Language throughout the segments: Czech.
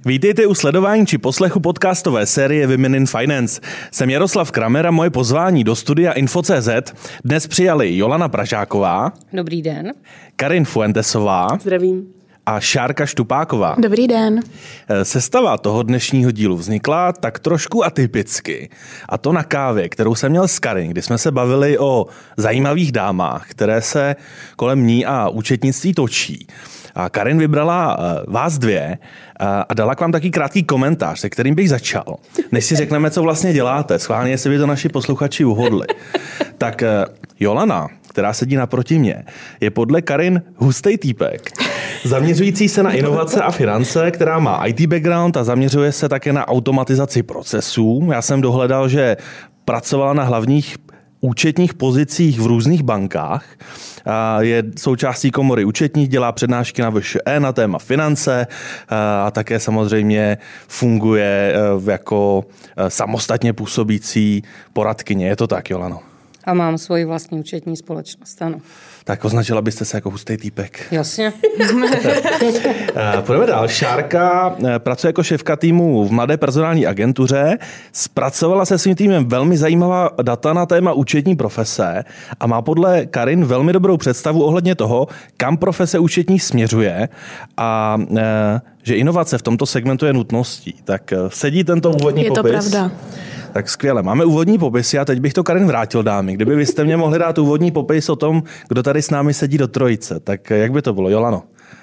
Vítejte u sledování či poslechu podcastové série Women in Finance. Jsem Jaroslav Kramer a moje pozvání do studia Info.cz dnes přijali Jolana Pražáková. Dobrý den. Karin Fuentesová. Zdravím. A Šárka Štupáková. Dobrý den. Sestava toho dnešního dílu vznikla tak trošku atypicky. A to na kávě, kterou jsem měl s Karin, kdy jsme se bavili o zajímavých dámách, které se kolem ní a účetnictví točí. A Karin vybrala vás dvě a dala k vám taky krátký komentář, se kterým bych začal. Než si řekneme, co vlastně děláte, schválně, jestli by to naši posluchači uhodli. Tak Jolana, která sedí naproti mě, je podle Karin hustej týpek, zaměřující se na inovace a finance, která má IT background a zaměřuje se také na automatizaci procesů. Já jsem dohledal, že pracovala na hlavních účetních pozicích v různých bankách. Je součástí komory účetních, dělá přednášky na VŠE na téma finance a také samozřejmě funguje jako samostatně působící poradkyně. Je to tak, Jolano? A mám svoji vlastní účetní společnost, ano. Tak označila byste se jako hustý týpek. Jasně. Půjdeme dál. Šárka pracuje jako šéfka týmu v mladé personální agentuře, zpracovala se svým týmem velmi zajímavá data na téma účetní profese a má podle Karin velmi dobrou představu ohledně toho, kam profese účetní směřuje a že inovace v tomto segmentu je nutností. Tak sedí tento úvodní popis? Je to pravda. Tak skvěle. Máme úvodní popisy a teď bych to, Karin, vrátil, dámy. Kdyby vy jste mě mohli dát úvodní popis o tom, kdo tady s námi sedí do trojice, tak jak by to bylo, Jolano?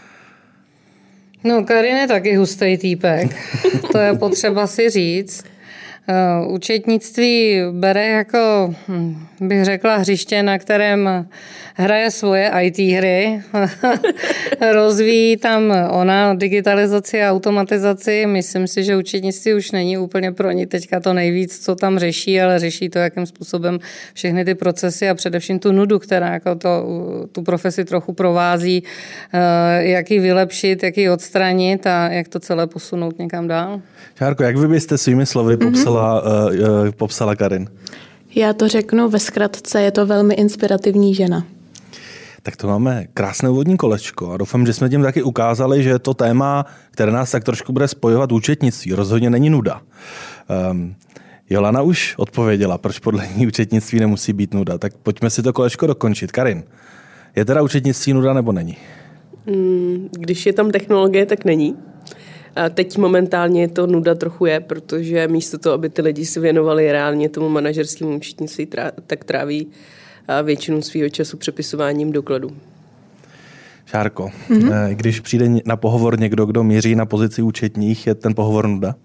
No, Karin je taky hustý týpek. To je potřeba si říct. Účetnictví bere jako, bych řekla, hřiště, na kterém hraje svoje IT hry. Rozvíjí tam ona digitalizaci a automatizaci. Myslím si, že účetnictví už není úplně pro ní teďka to nejvíc, co tam řeší, ale řeší to, jakým způsobem všechny ty procesy a především tu nudu, která jako tu profesi trochu provází, jak ji vylepšit, jak ji odstranit a jak to celé posunout někam dál. Šárko, jak vy byste svými slovy popsala Karin? Já to řeknu ve zkratce, je to velmi inspirativní žena. Tak to máme krásné úvodní kolečko a doufám, že jsme tím taky ukázali, že to téma, které nás tak trošku bude spojovat účetnictví, rozhodně není nuda. Jolana už odpověděla, proč podle ní účetnictví nemusí být nuda. Tak pojďme si to kolečko dokončit. Karin, je teda účetnictví nuda nebo není? Když je tam technologie, tak není. A teď momentálně to nuda trochu je, protože místo toho, aby ty lidi se věnovali reálně tomu manažerskému účetnictví, tak tráví většinu svého času přepisováním dokladů. Šárko, když přijde na pohovor někdo, kdo míří na pozici účetních, je ten pohovor nuda?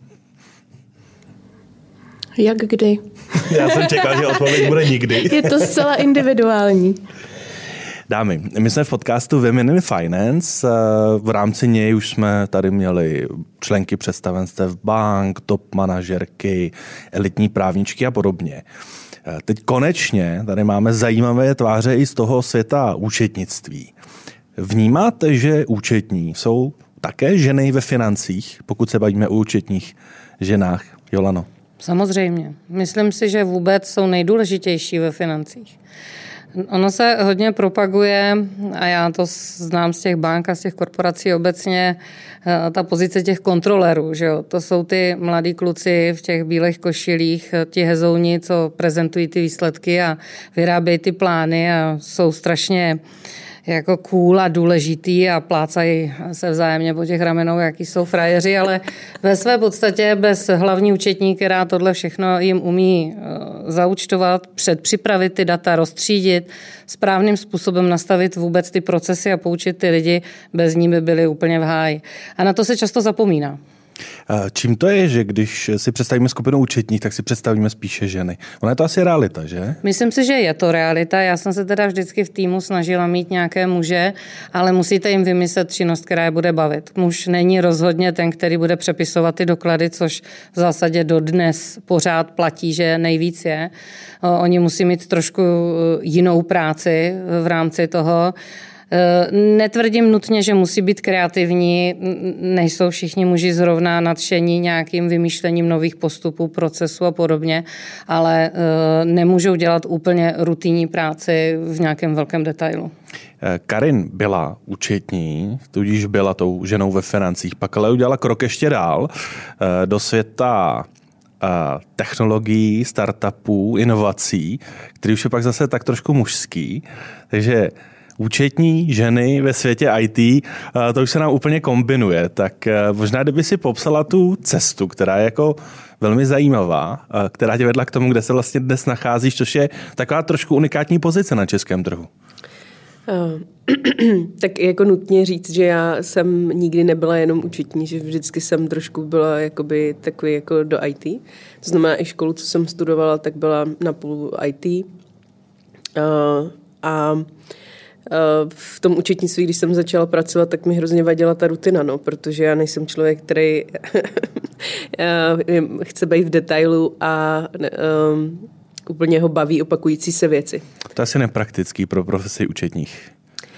Jak kdy? Já jsem čekal, že odpověď bude nikdy. Je to zcela individuální. Dámy, my jsme v podcastu Women in Finance. V rámci něj už jsme tady měli členky představenstev bank, top manažerky, elitní právničky a podobně. Teď konečně tady máme zajímavé tváře i z toho světa účetnictví. Vnímáte, že účetní jsou také ženy ve financích, pokud se bavíme o účetních ženách? Jolano. Samozřejmě. Myslím si, že vůbec jsou nejdůležitější ve financích. Ono se hodně propaguje, a já to znám z těch bank a z těch korporací obecně, ta pozice těch kontrolerů. Že jo? To jsou ty mladí kluci v těch bílých košilích, ti hezouni, co prezentují ty výsledky a vyrábějí ty plány a jsou strašně jako cool a důležitý a plácají se vzájemně po těch ramenou, jaký jsou frajeři, ale ve své podstatě bez hlavní účetní, která tohle všechno jim umí zaúčtovat, předpřipravit ty data, rozstřídit, správným způsobem nastavit vůbec ty procesy a poučit ty lidi, bez ní by byli úplně v háji. A na to se často zapomíná. Čím to je, že když si představíme skupinu účetních, tak si představíme spíše ženy? Ona je to asi realita, že? Myslím si, že je to realita. Já jsem se teda vždycky v týmu snažila mít nějaké muže, ale musíte jim vymyslet činnost, která je bude bavit. Muž není rozhodně ten, který bude přepisovat ty doklady, což v zásadě dodnes pořád platí, že nejvíc je. Oni musí mít trošku jinou práci v rámci toho. Netvrdím nutně, že musí být kreativní, nejsou všichni muži zrovna nadšení nějakým vymýšlením nových postupů, procesů a podobně, ale nemůžou dělat úplně rutinní práci v nějakém velkém detailu. Karin byla účetní, tudíž byla tou ženou ve financích, pak ale udělala krok ještě dál do světa technologií, startupů, inovací, který už je pak zase tak trošku mužský. Takže účetní ženy ve světě IT, to už se nám úplně kombinuje. Tak možná, kdyby si popsala tu cestu, která je jako velmi zajímavá, která tě vedla k tomu, kde se vlastně dnes nacházíš, což je taková trošku unikátní pozice na českém trhu. Tak jako nutně říct, že já jsem nikdy nebyla jenom účetní, že vždycky jsem trošku byla jakoby takový jako do IT. To znamená i školu, co jsem studovala, tak byla napůl IT. A v tom účetnictví, když jsem začala pracovat, tak mi hrozně vadila ta rutina, no, protože já nejsem člověk, který chce být v detailu a úplně ho baví opakující se věci. To je asi nepraktický pro profesi účetních.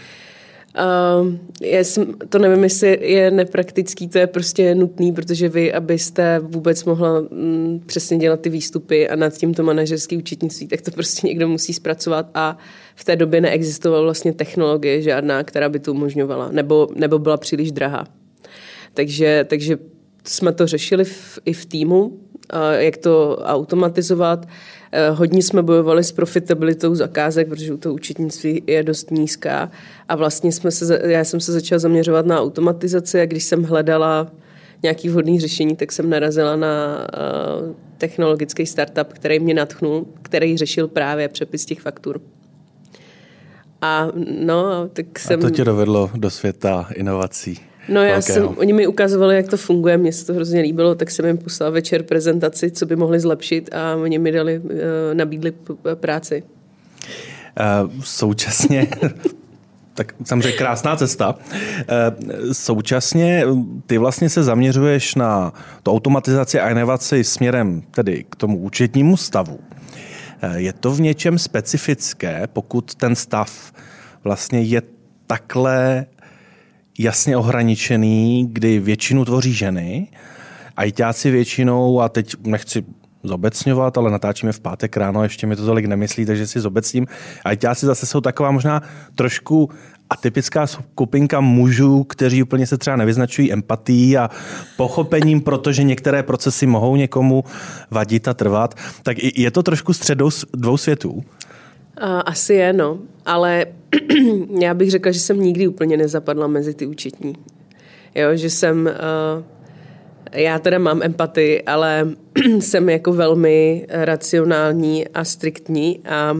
To nevím, jestli je nepraktický, to je prostě nutný, protože vy, abyste vůbec mohla přesně dělat ty výstupy a nad tímto manažerský účetnictví, tak to prostě někdo musí zpracovat a v té době neexistovala vlastně technologie žádná, která by to umožňovala, nebo byla příliš drahá. Takže jsme to řešili i v týmu, jak to automatizovat. Hodně jsme bojovali s profitabilitou zakázek, protože to účetnictví je dost nízká a vlastně já jsem se začala zaměřovat na automatizaci a když jsem hledala nějaký vhodný řešení, tak jsem narazila na technologický startup, který mě nadchnul, který řešil právě přepis těch faktur. A to tě dovedlo do světa inovací. No oni mi ukazovali, jak to funguje, mně se to hrozně líbilo, tak jsem jim poslala večer prezentaci, co by mohli zlepšit a oni mi nabídli práci. Současně, tak samozřejmě krásná cesta, současně ty vlastně se zaměřuješ na tu automatizaci a inovaci směrem tedy k tomu účetnímu stavu. Je to v něčem specifické, pokud ten stav vlastně je takhle jasně ohraničený, kdy většinu tvoří ženy, ajťáci většinou, a teď nechci zobecňovat, ale natáčíme v pátek ráno, ještě mi to tolik nemyslí, takže si zobecním. Ajťáci zase jsou taková možná trošku atypická skupinka mužů, kteří úplně se třeba nevyznačují empatií a pochopením, protože některé procesy mohou někomu vadit a trvat. Tak je to trošku střed dvou světů? Asi je, no. Ale já bych řekla, že jsem nikdy úplně nezapadla mezi ty účetní. Jo, že jsem... Já teda mám empatii, ale jsem jako velmi racionální a striktní a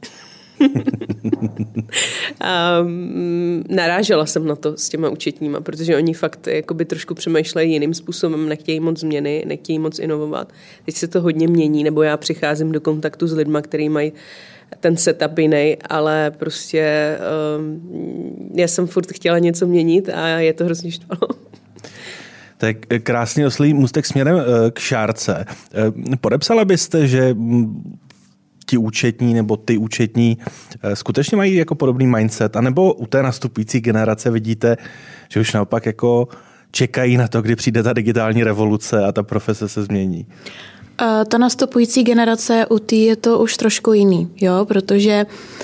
narážela jsem na to s těma účetníma, protože oni fakt jakoby trošku přemýšlejí jiným způsobem, nechtějí moc změny, nechtějí moc inovovat. Teď se to hodně mění, nebo já přicházím do kontaktu s lidma, kteří mají ten setup jiný, ale prostě já jsem furt chtěla něco měnit a je to hrozně štvalo. Tak krásný oslý můstek směrem k Šárce. Podepsala byste, že ti účetní nebo ty účetní skutečně mají jako podobný mindset, anebo u té nastupující generace vidíte, že už naopak jako čekají na to, kdy přijde ta digitální revoluce a ta profese se změní? Ta nastupující generace u té je to už trošku jiný, jo, protože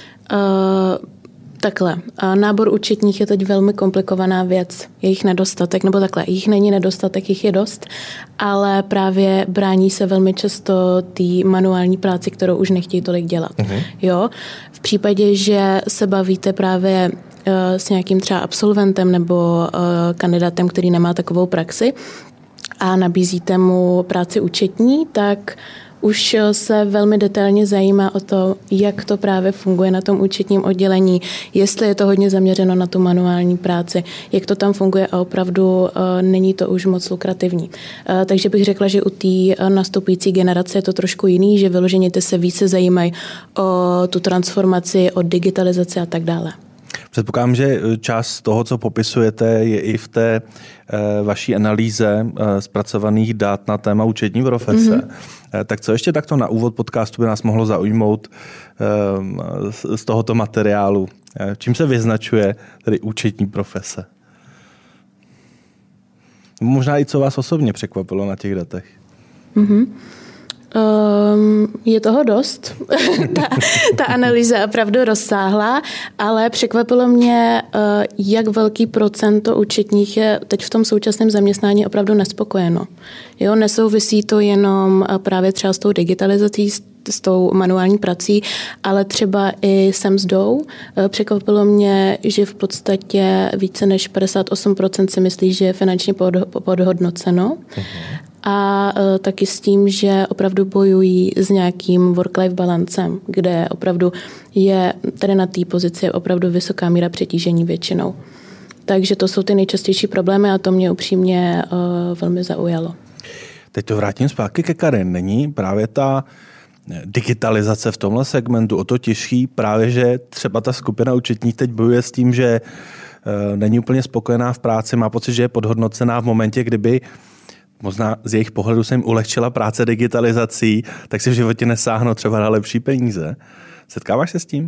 takhle, nábor účetních je teď velmi komplikovaná věc, je jich nedostatek, nebo takhle, jich není nedostatek, jich je dost, ale právě brání se velmi často té manuální práci, kterou už nechtějí tolik dělat. Jo? V případě, že se bavíte právě s nějakým třeba absolventem nebo kandidátem, který nemá takovou praxi a nabízíte mu práci účetní, tak už se velmi detailně zajímá o to, jak to právě funguje na tom účetním oddělení, jestli je to hodně zaměřeno na tu manuální práci, jak to tam funguje a opravdu není to už moc lukrativní. Takže bych řekla, že u té nastupující generace je to trošku jiný, že vyloženě ty se více zajímají o tu transformaci, o digitalizaci a tak dále. Předpokládám, že část toho, co popisujete, je i v té vaší analýze zpracovaných dat na téma účetní profese. Tak co ještě takto na úvod podcastu by nás mohlo zaujmout z tohoto materiálu? Čím se vyznačuje tedy účetní profese? Možná i co vás osobně překvapilo na těch datech? Je toho dost. ta analýza je opravdu rozsáhlá, ale překvapilo mě, jak velký procento účetních je teď v tom současném zaměstnání opravdu nespokojeno. Jo, nesouvisí to jenom právě třeba s tou digitalizací, s tou manuální prací, ale třeba i se mzdou. Překvapilo mě, že v podstatě více než 58% si myslí, že je finančně podhodnoceno. A taky s tím, že opravdu bojují s nějakým work-life balancem, kde opravdu je tady na té pozici opravdu vysoká míra přetížení většinou. Takže to jsou ty nejčastější problémy a to mě upřímně velmi zaujalo. Teď to vrátím zpátky ke Karin. Není právě ta digitalizace v tomhle segmentu o to těžší, právě že třeba ta skupina účetních teď bojuje s tím, že není úplně spokojená v práci, má pocit, že je podhodnocená v momentě, kdyby možná z jejich pohledu se jim ulehčila práce digitalizací, tak si v životě nesáhnou třeba na lepší peníze. Setkáváš se s tím?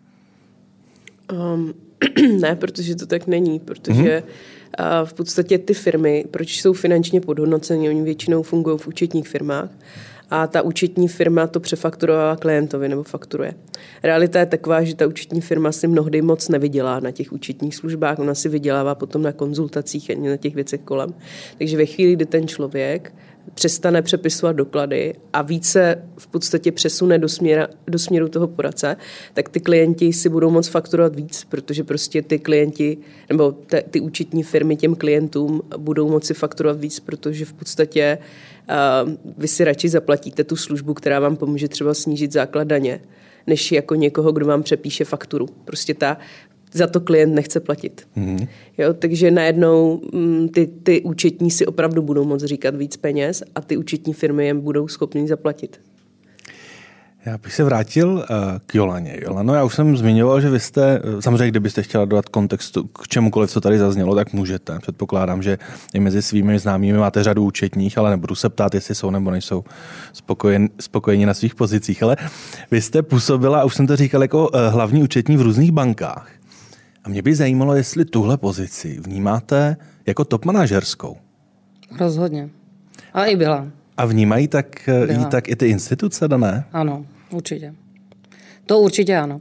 Ne, protože to tak není, protože v podstatě ty firmy, proč jsou finančně podhodnocené, oni většinou fungují v účetních firmách a ta účetní firma to přefakturovává klientovi nebo fakturuje. Realita je taková, že ta účetní firma si mnohdy moc nevydělá na těch účetních službách, ona si vydělává potom na konzultacích a na těch věcech kolem. Takže ve chvíli, kdy ten člověk přestane přepisovat doklady a více v podstatě přesune do směru toho poradce, tak ty klienti si budou moct fakturovat víc, protože prostě ty klienti nebo ty účetní firmy těm klientům budou moci fakturovat víc, protože v podstatě vy si radši zaplatíte tu službu, která vám pomůže třeba snížit základ daně, než jako někoho, kdo vám přepíše fakturu. Prostě za to klient nechce platit. Jo, takže najednou ty účetní si opravdu budou moct říkat víc peněz a ty účetní firmy jim budou schopný zaplatit. Já bych se vrátil k Jolaně. Jolano, já už jsem zmiňoval, že vy jste, samozřejmě kdybyste chtěla dodat kontextu k čemukoliv, co tady zaznělo, tak můžete. Předpokládám, že i mezi svými známými máte řadu účetních, ale nebudu se ptát, jestli jsou nebo nejsou spokojeni na svých pozicích. Ale vy jste působila, už jsem to říkal, jako hlavní účetní v různých bankách. A mě by zajímalo, jestli tuhle pozici vnímáte jako top manažerskou. Rozhodně. A i byla. A vnímají tak i ty instituce dané? Ano, určitě. To určitě ano.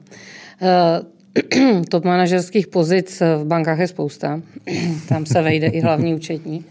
Top manažerských pozic v bankách je spousta. Tam se vejde i hlavní účetní.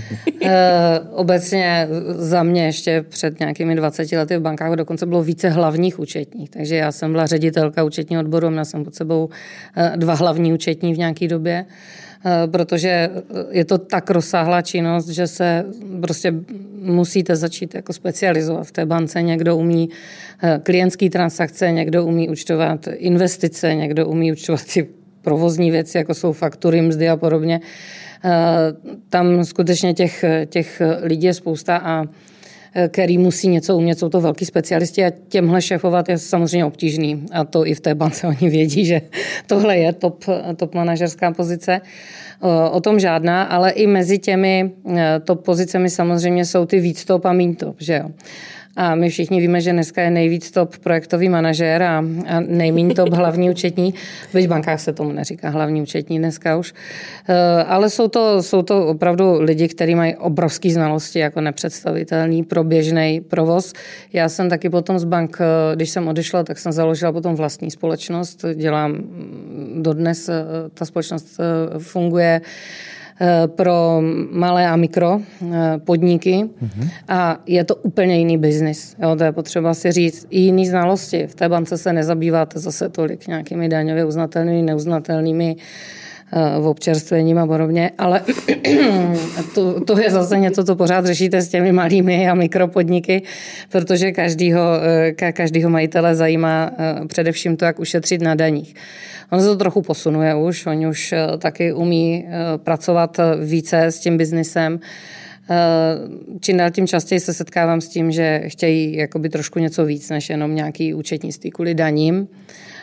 Obecně za mě ještě před nějakými 20 lety v bankách dokonce bylo více hlavních účetních. Takže já jsem byla ředitelka účetního odboru, měla jsem pod sebou 2 hlavní účetní v nějaké době, protože je to tak rozsáhlá činnost, že se prostě musíte začít jako specializovat v té bance. Někdo umí klientské transakce, někdo umí účtovat investice, někdo umí účtovat ty provozní věci, jako jsou faktury, mzdy a podobně. Tam skutečně těch lidí je spousta a který musí něco umět, jsou to velký specialisti a těmhle šéfovat je samozřejmě obtížný. A to i v té bance oni vědí, že tohle je top manažerská pozice. O tom žádná, ale i mezi těmi top pozicemi samozřejmě jsou ty víc top a míň top, že jo. A my všichni víme, že dneska je nejvíc top projektový manažér a nejméně top hlavní účetní. Byť v bankách se tomu neříká hlavní účetní dneska už. Ale jsou to opravdu lidi, kteří mají obrovské znalosti, jako nepředstavitelný pro běžný provoz. Já jsem taky potom z bank, když jsem odešla, tak jsem založila potom vlastní společnost. Dělám dodnes, ta společnost funguje pro malé a mikro podniky a je to úplně jiný biznis. Jo, to je potřeba si říct i jiný znalosti. V té bance se nezabýváte zase tolik nějakými daňově uznatelnými, neuznatelnými občerstvením a podobně, ale to je zase něco, co pořád řešíte s těmi malými a mikropodniky, protože každýho majitele zajímá především to, jak ušetřit na daních. On se to trochu posunuje už, oni už taky umí pracovat více s tím biznisem. Čím dál tím častěji se setkávám s tím, že chtějí jakoby trošku něco víc, než jenom nějaký účetnictví kvůli daním.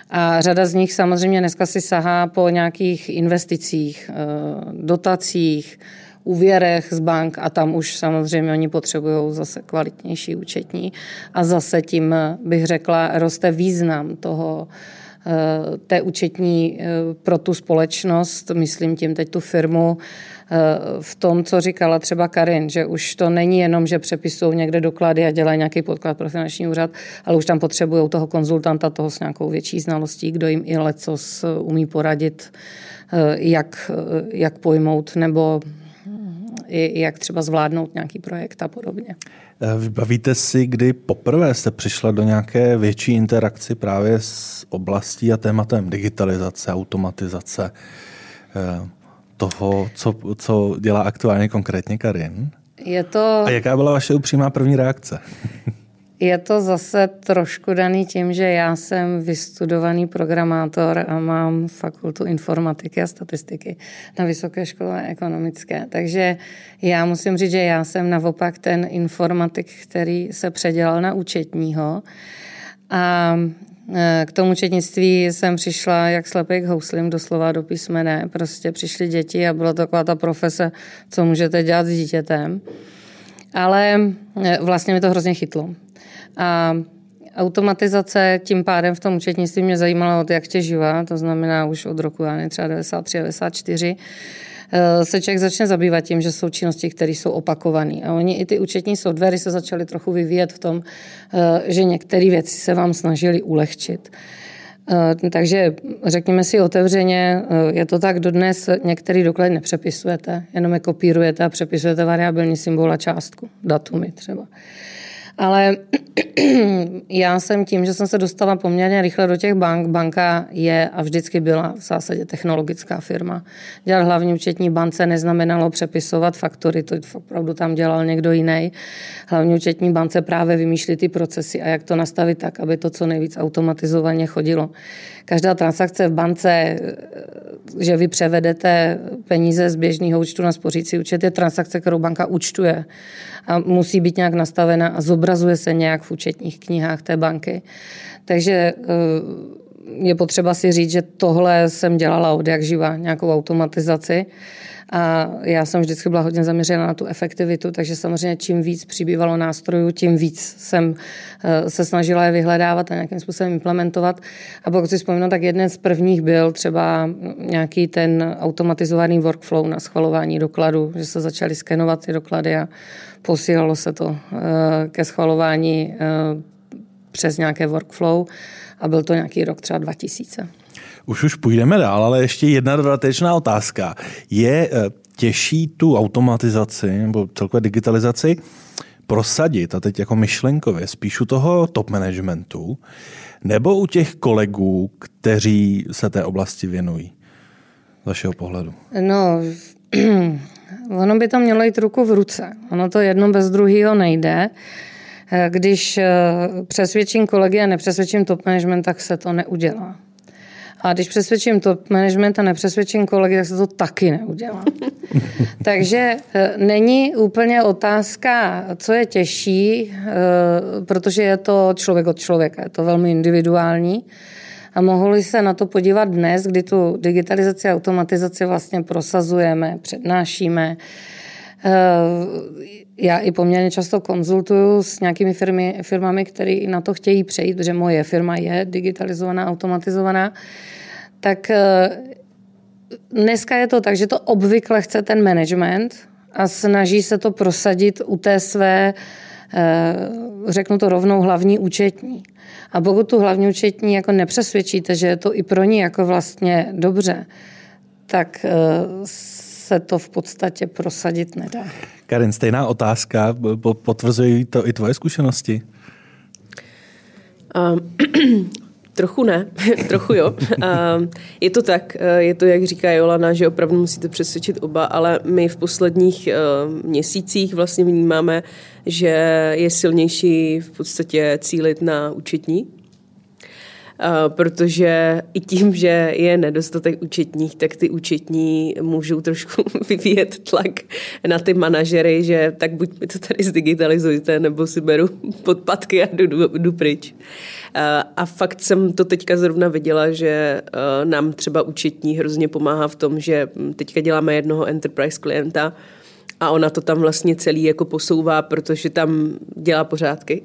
A řada z nich samozřejmě dneska si sahá po nějakých investicích, dotacích, úvěrech z bank a tam už samozřejmě oni potřebují zase kvalitnější účetní a zase tím bych řekla, roste význam té účetní pro tu společnost, myslím tím teď tu firmu, v tom, co říkala třeba Karin, že už to není jenom, že přepisují někde doklady a dělají nějaký podklad pro finanční úřad, ale už tam potřebují toho konzultanta, toho s nějakou větší znalostí, kdo jim i lecos umí poradit, jak pojmout nebo jak třeba zvládnout nějaký projekt a podobně. Vybavíte si, kdy poprvé jste přišla do nějaké větší interakci právě s oblastí a tématem digitalizace, automatizace, toho, co dělá aktuálně konkrétně Karin? A jaká byla vaše upřímná první reakce? Je to zase trošku daný tím, že já jsem vystudovaný programátor a mám fakultu informatiky a statistiky na Vysoké škole ekonomické. Takže já musím říct, že já jsem naopak ten informatik, který se předělal na účetního. A k tomu účetnictví jsem přišla jak slepej k houslím, doslova do písmene. Prostě přišly děti a byla taková ta profese, co můžete dělat s dítětem. Ale vlastně mi to hrozně chytlo. A automatizace tím pádem v tom účetnictví mě zajímala od jak těživa, to znamená už od roku třeba 93, 94, se člověk začne zabývat tím, že jsou činnosti, které jsou opakované. A oni i ty účetní softwary se začaly trochu vyvíjet v tom, že některé věci se vám snažili ulehčit. Takže řekněme si otevřeně, je to tak dodnes, některý doklad nepřepisujete, jenom je kopírujete a přepisujete variabilní symbol a částku, datumy třeba. Ale já jsem tím, že jsem se dostala poměrně rychle do těch bank. Banka je a vždycky byla v zásadě technologická firma. Dělat hlavní účetní bance neznamenalo přepisovat faktory, to opravdu tam dělal někdo jiný. Hlavní účetní bance právě vymýšlí ty procesy a jak to nastavit tak, aby to co nejvíc automatizovaně chodilo. Každá transakce v bance, že vy převedete peníze z běžného účtu na spořící účet, je transakce, kterou banka účtuje a musí být nějak nastavena a zobrazuje se nějak v účetních knihách té banky. Takže je potřeba si říct, že tohle jsem dělala od jak živa, nějakou automatizaci. A já jsem vždycky byla hodně zaměřena na tu efektivitu, takže samozřejmě čím víc přibývalo nástrojů, tím víc jsem se snažila je vyhledávat a nějakým způsobem implementovat. A pokud si vzpomínám, tak jeden z prvních byl třeba nějaký ten automatizovaný workflow na schvalování dokladů, že se začaly skenovat ty doklady a posílalo se to ke schvalování přes nějaké workflow a byl to nějaký rok třeba 2000. Už půjdeme dál, ale ještě jedna dodatečná otázka. Je těžší tu automatizaci nebo celkové digitalizaci prosadit, a teď jako myšlenkově, spíš u toho top managementu, nebo u těch kolegů, kteří se té oblasti věnují, z vašeho pohledu? No, ono by to mělo jít ruku v ruce. Ono to jedno bez druhého nejde. Když přesvědčím kolegy a nepřesvědčím top management, tak se to neudělá. A když přesvědčím top management a nepřesvědčím kolegy, tak se to taky neudělá. Takže není úplně otázka, co je těžší, protože je to člověk od člověka, je to velmi individuální. A mohli se na to podívat dnes, kdy tu digitalizaci a automatizaci vlastně prosazujeme, přednášíme. Já i poměrně často konzultuju s nějakými firmami, které na to chtějí přejít, protože moje firma je digitalizovaná, automatizovaná. Tak dneska je to tak, že to obvykle chce ten management a snaží se to prosadit u té své, řeknu to rovnou, hlavní účetní. A pokud tu hlavní účetní jako nepřesvědčíte, že je to i pro ní jako vlastně dobře, tak se to v podstatě prosadit nedá. Karin, stejná otázka. Potvrzují to i tvoje zkušenosti? Trochu ne, trochu jo. Je to tak, je to, jak říká Jolana, že opravdu musíte přesvědčit oba, ale my v posledních měsících vlastně vnímáme, že je silnější v podstatě cílit na účetní. protože i tím, že je nedostatek účetních, tak ty účetní můžou trošku vyvíjet tlak na ty manažery, že tak buď mi to tady zdigitalizujte, nebo si beru podpatky a jdu pryč. A fakt jsem to teďka zrovna viděla, že nám třeba účetní hrozně pomáhá v tom, že teďka děláme jednoho enterprise klienta a ona to tam vlastně celý jako posouvá, protože tam dělá pořádky.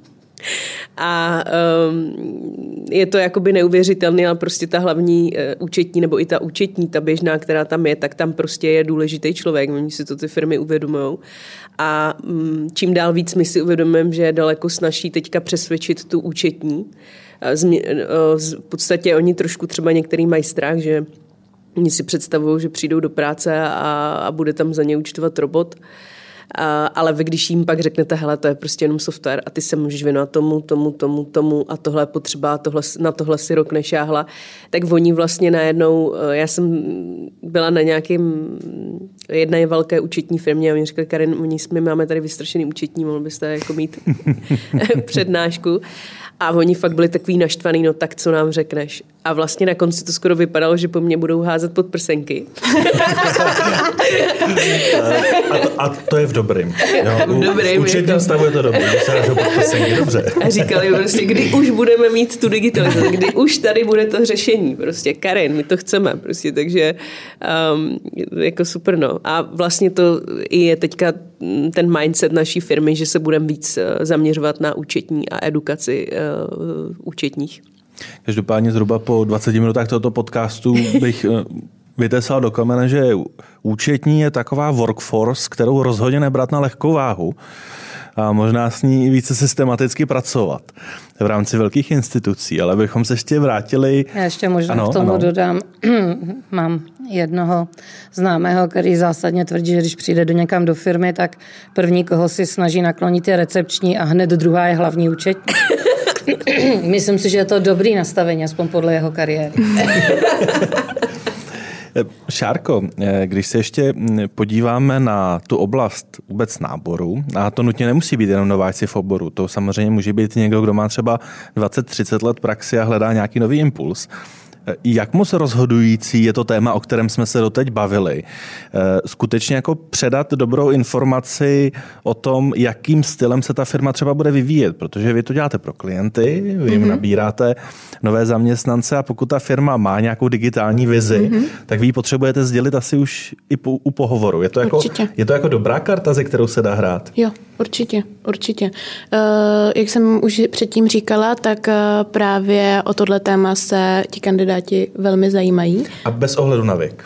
A je to jakoby neuvěřitelné, ale prostě ta hlavní účetní nebo i ta účetní, ta běžná, která tam je, tak tam prostě je důležitý člověk. Oni si to ty firmy uvědomujou. A čím dál víc my si uvědomujeme, že je daleko snazší teďka přesvědčit tu účetní. V podstatě oni trošku třeba některý mají strach, že oni si představují, že přijdou do práce a bude tam za ně účtovat robot. Ale vy, když jim pak řeknete, hele, to je prostě jenom software a ty se můžeš věnovat tomu a tohle je potřeba, na tohle si rok nešáhla, tak oni vlastně najednou, já jsem byla na jedné velké účetní firmě a oni řekli, Karin, my máme tady vystrašený účetní, mohl byste jako mít přednášku. A oni fakt byli takový naštvaný, no tak co nám řekneš? A vlastně na konci to skoro vypadalo, že po mně budou házet pod prsenky. A to je v dobrým. V dobrým. V účetním stavu je to dobrý, když se házou pod prsenky, dobře. A říkali prostě, kdy už budeme mít tu digitalizaci, kdy už tady bude to řešení. Prostě Karin, my to chceme. Prostě, takže jako super, no. A vlastně to je teďka ten mindset naší firmy, že se budeme víc zaměřovat na účetní a edukaci účetních. Každopádně zhruba po 20 minutách tohoto podcastu bych vytesal do kamene, že účetní je taková workforce, kterou rozhodně nebrat na lehkou váhu a možná s ní více systematicky pracovat v rámci velkých institucí, ale bychom se ještě vrátili... Já ještě možná k tomu dodám. Mám jednoho známého, který zásadně tvrdí, že když přijde někam do firmy, tak první, koho si snaží naklonit, je recepční a hned druhá je hlavní účetní. Myslím si, že je to dobrý nastavení, aspoň podle jeho kariéry. Šárko, když se ještě podíváme na tu oblast vůbec náboru, a to nutně nemusí být jenom nováčci v oboru, to samozřejmě může být někdo, kdo má třeba 20-30 let praxi a hledá nějaký nový impuls. Jak moc rozhodující je to téma, o kterém jsme se doteď bavili? Skutečně jako předat dobrou informaci o tom, jakým stylem se ta firma třeba bude vyvíjet, protože vy to děláte pro klienty, vy jim nabíráte nové zaměstnance a pokud ta firma má nějakou digitální vizi, tak vy ji potřebujete sdělit asi už i u pohovoru. Je to jako dobrá karta, ze kterou se dá hrát? Jo, určitě. Jak jsem už předtím říkala, tak právě o tohle téma se ti kandidáti velmi zajímají. A bez ohledu na věk?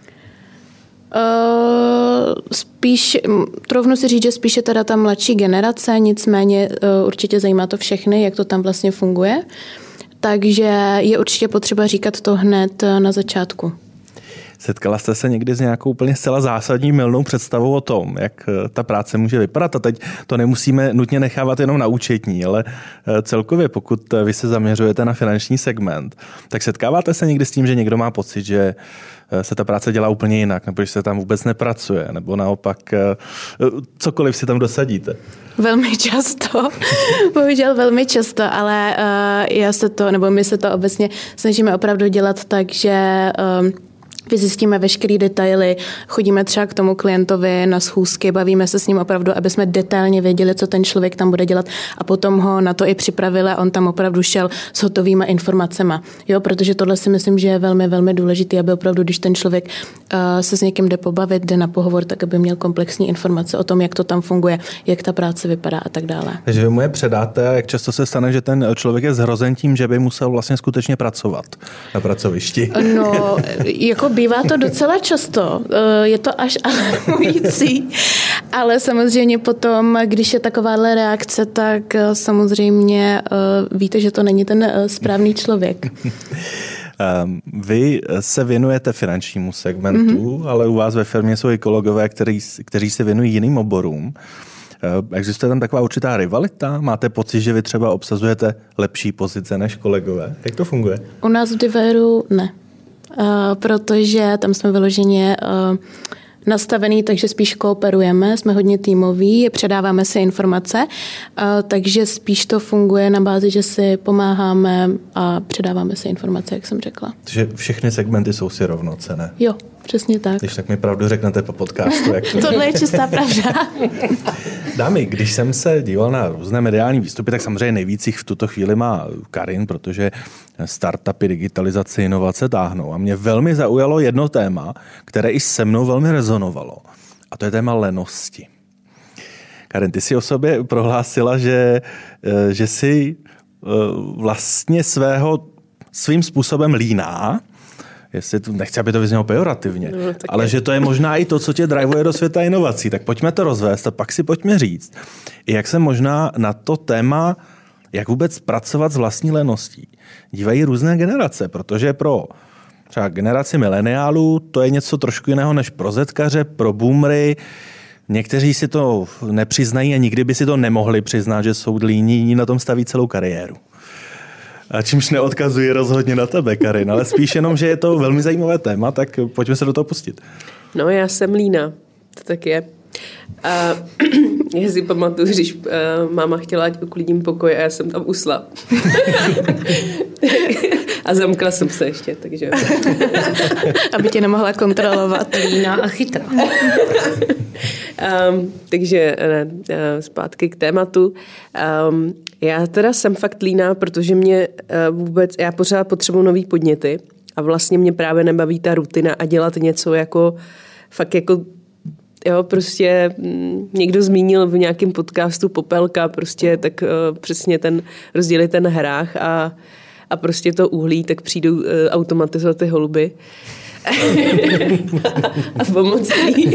Spíš, troufnu si říct, že spíše teda ta mladší generace, nicméně určitě zajímá to všechny, jak to tam vlastně funguje. Takže je určitě potřeba říkat to hned na začátku. Setkala jste se někdy s nějakou úplně zcela zásadní mylnou představou o tom, jak ta práce může vypadat? A teď to nemusíme nutně nechávat jenom na účetní, ale celkově, pokud vy se zaměřujete na finanční segment, tak setkáváte se někdy s tím, že někdo má pocit, že se ta práce dělá úplně jinak, nebo že se tam vůbec nepracuje, nebo naopak cokoliv si tam dosadíte? Velmi často, bohužel velmi často, ale my se to obecně snažíme opravdu dělat tak, že vyzjistíme veškeré detaily, chodíme třeba k tomu klientovi na schůzky, bavíme se s ním opravdu, aby jsme detailně věděli, co ten člověk tam bude dělat a potom ho na to i připravili a on tam opravdu šel s hotovýma informacema. Jo, protože tohle si myslím, že je velmi, velmi důležité, aby opravdu, když ten člověk se s někým jde pobavit, jde na pohovor, tak aby měl komplexní informace o tom, jak to tam funguje, jak ta práce vypadá a tak dále. Takže vy mu je předáte a jak často se stane, že ten člověk je zhrozen tím, že by musel vlastně skutečně pracovat na pracovišti? No, jako bývá to docela často, je to až alarmující, ale samozřejmě potom, když je takováhle reakce, tak samozřejmě víte, že to není ten správný člověk. Vy se věnujete finančnímu segmentu, ale u vás ve firmě jsou i kolegové, kteří se věnují jiným oborům. Existuje tam taková určitá rivalita? Máte pocit, že vy třeba obsazujete lepší pozice než kolegové? Jak to funguje? U nás v Diveru ne. Protože tam jsme vyloženě nastavený, takže spíš kooperujeme, jsme hodně týmoví, předáváme si informace, takže spíš to funguje na bázi, že si pomáháme a předáváme si informace, jak jsem řekla. Takže všechny segmenty jsou si rovnocenné. Jo, přesně tak. Když tak mi pravdu řeknete po podcastu. Jak to... Tohle je čistá pravda. Dámy, když jsem se díval na různé mediální výstupy, tak samozřejmě nejvíc jich v tuto chvíli má Karin, protože startupy, digitalizace, inovace táhnou. A mě velmi zaujalo jedno téma, které i se mnou velmi rezonovalo. A to je téma lenosti. Karin, ty si o sobě prohlásila, že jsi vlastně svým způsobem líná, jestli to, nechci, aby to vyznělo pejorativně, ale že to je možná i to, co tě drivuje do světa inovací. Tak pojďme to rozvést a pak si pojďme říct, jak se možná na to téma, jak vůbec pracovat s vlastní leností, dívají různé generace, protože pro třeba generaci mileniálů to je něco trošku jiného než pro zetkaře, pro boomery. Někteří si to nepřiznají a nikdy by si to nemohli přiznat, že jsou líní, jiní na tom staví celou kariéru. A čímž neodkazuji rozhodně na tebe, Karin, ale spíš jenom, že je to velmi zajímavé téma, tak pojďme se do toho pustit. No, já jsem líná, to tak je. Já si pamatuju, když máma chtěla, ať uklidím pokoj a já jsem tam usla. A zamkla jsem se ještě, takže... Aby tě nemohla kontrolovat. Líná a chytrá. Takže zpátky k tématu. Já teda jsem fakt líná, protože mě já pořád potřebuji nový podněty a vlastně mě právě nebaví ta rutina a dělat něco jako fakt jako jo, prostě někdo zmínil v nějakém podcastu Popelka, prostě tak přesně rozdělit ten hrách a prostě to uhlí, tak přijdou automatizovat ty holuby. A pomocí.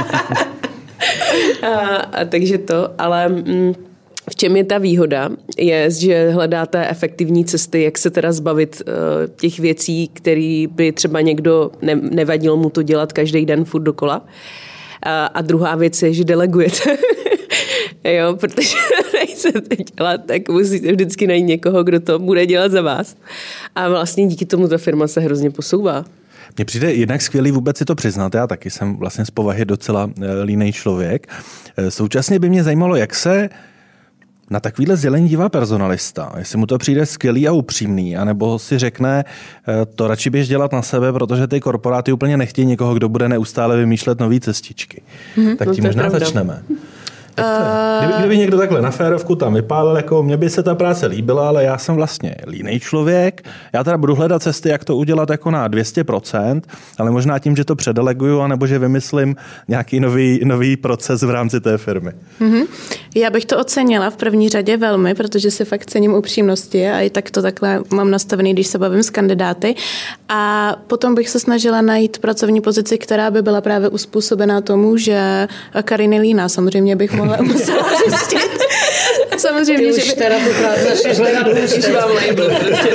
a takže to, ale v čem je ta výhoda, je, že hledáte efektivní cesty, jak se teda zbavit těch věcí, které by třeba někdo nevadilo mu to dělat každý den furt dokola. A druhá věc je, že delegujete. Jo, protože nechcete dělat, tak musíte vždycky najít někoho, kdo to bude dělat za vás. A vlastně díky tomu ta firma se hrozně posouvá. Mně přijde jednak skvělý vůbec si to přiznat, já taky jsem vlastně z povahy docela línej člověk. Současně by mě zajímalo, jak se na takovýhle sdělení dívá personalista. Jestli mu to přijde skvělý a upřímný, anebo si řekne, to radši běž dělat na sebe, protože ty korporáty úplně nechtějí někoho, kdo bude neustále vymýšlet nový cestičky. Tak tím možná začneme. Kdyby někdo takhle na férovku tam vypálil, jako mně by se ta práce líbila, ale já jsem vlastně línej člověk. Já teda budu hledat cesty, jak to udělat jako na 200%, ale možná tím, že to předeleguju, anebo že vymyslím nějaký nový proces v rámci té firmy. Já bych to ocenila v první řadě velmi, protože si fakt cením upřímnosti a i tak to takhle mám nastavený, když se bavím s kandidáty. A potom bych se snažila najít pracovní pozici, která by byla právě uspůsobená tomu, že Karin je líná. Samozřejmě bych musela zjistit. Samozřejmě, ty už teda tu práci začneš hledat, musíš vám label.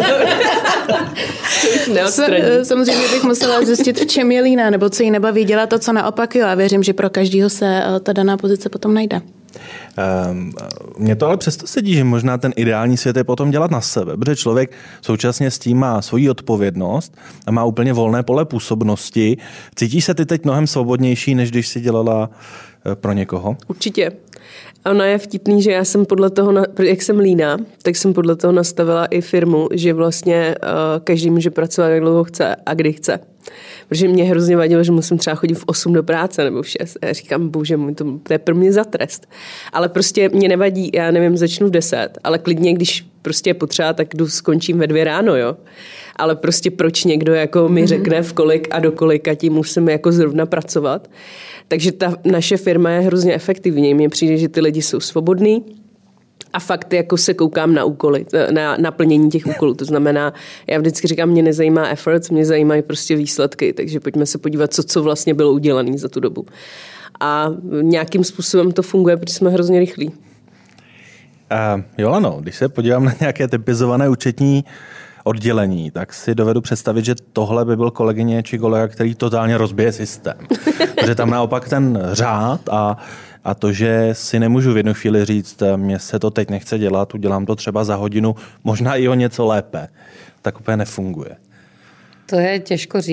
Samozřejmě bych musela zjistit, v čem je líná, nebo co jí nebaví dělat to, co naopak jo. A věřím, že pro každého se ta daná pozice potom najde. Mně to ale přesto sedí, že možná ten ideální svět je potom dělat na sebe, protože člověk současně s tím má svoji odpovědnost a má úplně volné pole působnosti. Cítíš se ty teď mnohem svobodnější, než když jsi dělala pro někoho? Určitě. Ono je vtipný, že já jsem podle toho, jak jsem líná, tak jsem podle toho nastavila i firmu, že vlastně každý může pracovat, jak dlouho chce a kdy chce. Protože mě hrozně vadilo, že musím třeba chodit v 8 do práce nebo v 6. Já říkám, bože můj, to je pro mě za trest. Ale prostě mě nevadí, já nevím, začnu v 10, ale klidně, když prostě je potřeba, tak skončím ve 2 ráno, jo. Ale prostě proč někdo jako mi řekne v kolik a do kolika tím musím jako zrovna pracovat. Takže ta naše firma je hrozně efektivní. Mně přijde, že ty lidi jsou svobodní a fakt jako se koukám na úkoly, na naplnění těch úkolů. To znamená, já vždycky říkám, mě nezajímá effort, mě zajímají prostě výsledky, takže pojďme se podívat, co vlastně bylo udělané za tu dobu. A nějakým způsobem to funguje, protože jsme hrozně rychlí. Jolano, když se podívám na nějaké typizované účetní oddělení, tak si dovedu představit, že tohle by byl kolegyně či kolega, který totálně rozbije systém. Protože tam naopak ten řád a to, že si nemůžu v jednu chvíli říct, mně se to teď nechce dělat, udělám to třeba za hodinu, možná i o něco lépe, tak úplně nefunguje. To je těžko říct.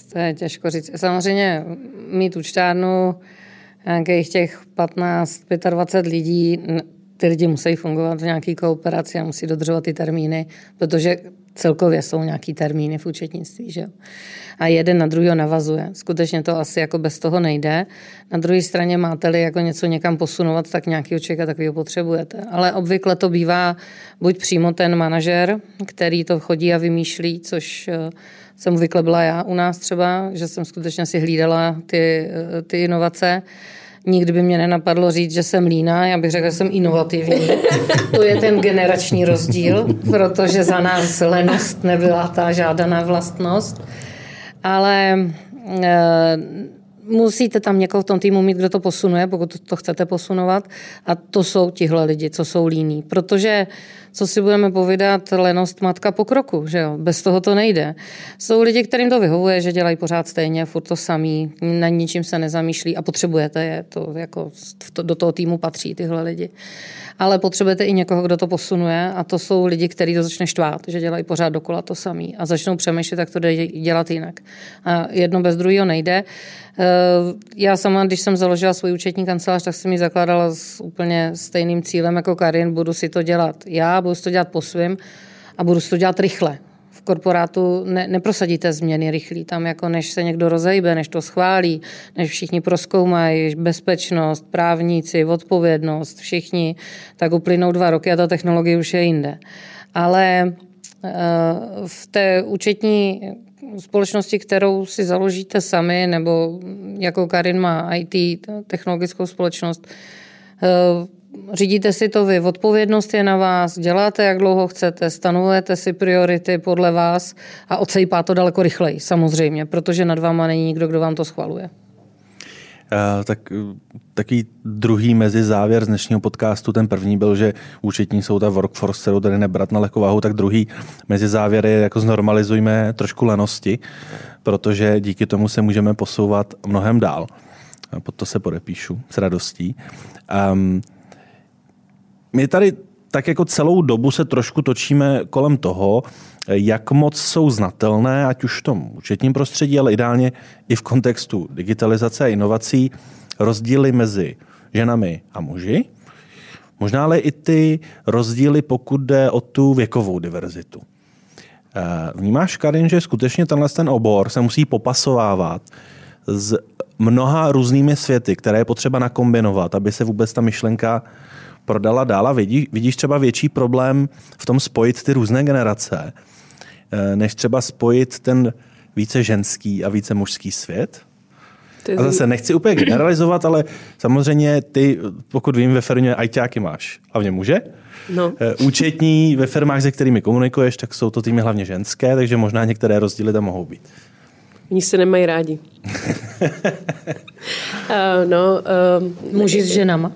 To je těžko říct. Samozřejmě mít účtárnu nějakých těch 15, 25 lidí, ty lidi musí fungovat v nějaké kooperaci a musí dodržovat ty termíny, protože celkově jsou nějaký termíny v účetnictví, že jo. A jeden na druhého navazuje. Skutečně to asi jako bez toho nejde. Na druhé straně máte-li jako něco někam posunovat, tak nějakého člověka takového potřebujete. Ale obvykle to bývá buď přímo ten manažer, který to chodí a vymýšlí, což jsem obvykle byla já u nás třeba, že jsem skutečně si hlídala ty inovace. Nikdy by mě nenapadlo říct, že jsem líná, já bych řekla, že jsem inovativní. To je ten generační rozdíl, protože za nás lenost nebyla ta žádaná vlastnost. Ale musíte tam někoho v tom týmu mít, kdo to posunuje, pokud to chcete posunovat. A to jsou tihle lidi, co jsou líní. Protože, co si budeme povídat, lenost matka pokroku, že jo? Bez toho to nejde. Jsou lidi, kterým to vyhovuje, že dělají pořád stejně, furt to samý, na ničím se nezamýšlí a potřebujete je. To jako do toho týmu patří tyhle lidi. Ale potřebujete i někoho, kdo to posunuje a to jsou lidi, kteří to začne štvát, že dělají pořád dokola to samý a začnou přemýšlet, jak to jde dělat jinak. A jedno bez druhého nejde. Já sama, když jsem založila svůj účetní kancelář, tak jsem ji zakládala s úplně stejným cílem jako Karin. Budu si to dělat já, budu si to dělat po svým a budu si to dělat rychle. V korporátu neprosadíte změny rychlý. Tam jako než se někdo rozejbe, než to schválí, než všichni prozkoumají bezpečnost, právníci, odpovědnost, všichni, tak uplynou 2 roky a ta technologie už je jinde. Ale v té účetní společnosti, kterou si založíte sami, nebo jako Karin má IT, technologickou společnost, řídíte si to vy, odpovědnost je na vás, děláte, jak dlouho chcete, stanovujete si priority podle vás a odsejpá to daleko rychleji, samozřejmě, protože nad váma není nikdo, kdo vám to schvaluje. Takový druhý mezizávěr z dnešního podcastu, ten první byl, že účetní jsou ta workforce, kterou tady nebrat na lehkou váhu, tak druhý mezizávěr je, jako znormalizujme trošku lenosti, protože díky tomu se můžeme posouvat mnohem dál. Pod to se podepíšu s radostí. My tady tak jako celou dobu se trošku točíme kolem toho, jak moc jsou znatelné, ať už v tom účetním prostředí, ale ideálně i v kontextu digitalizace a inovací, rozdíly mezi ženami a muži. Možná ale i ty rozdíly, pokud jde o tu věkovou diverzitu. Vnímáš, Karin, že skutečně ten obor se musí popasovávat s mnoha různými světy, které je potřeba nakombinovat, aby se vůbec ta myšlenka prodala dál a vidíš třeba větší problém v tom spojit ty různé generace, než třeba spojit ten více ženský a více mužský svět? A zase nechci úplně generalizovat, ale samozřejmě ty, pokud vím, ve firmě ajťáky máš hlavně muže. No. Účetní ve firmách, se kterými komunikuješ, tak jsou to týmy hlavně ženské, takže možná některé rozdíly tam mohou být. Oni se nemají rádi. Muži s ženama.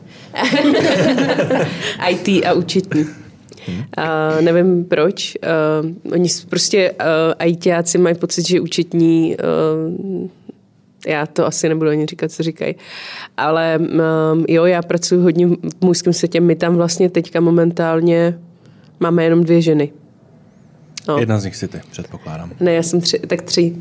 IT a účetní. Nevím proč. Oni prostě ITáci mají pocit, že účetní, já to asi nebudu ani říkat, co říkají, ale jo, já pracuji hodně v mužském světě. My tam vlastně teďka momentálně máme jenom 2 ženy. No. Jedna z nich si ty, předpokládám. Ne, já jsem 3.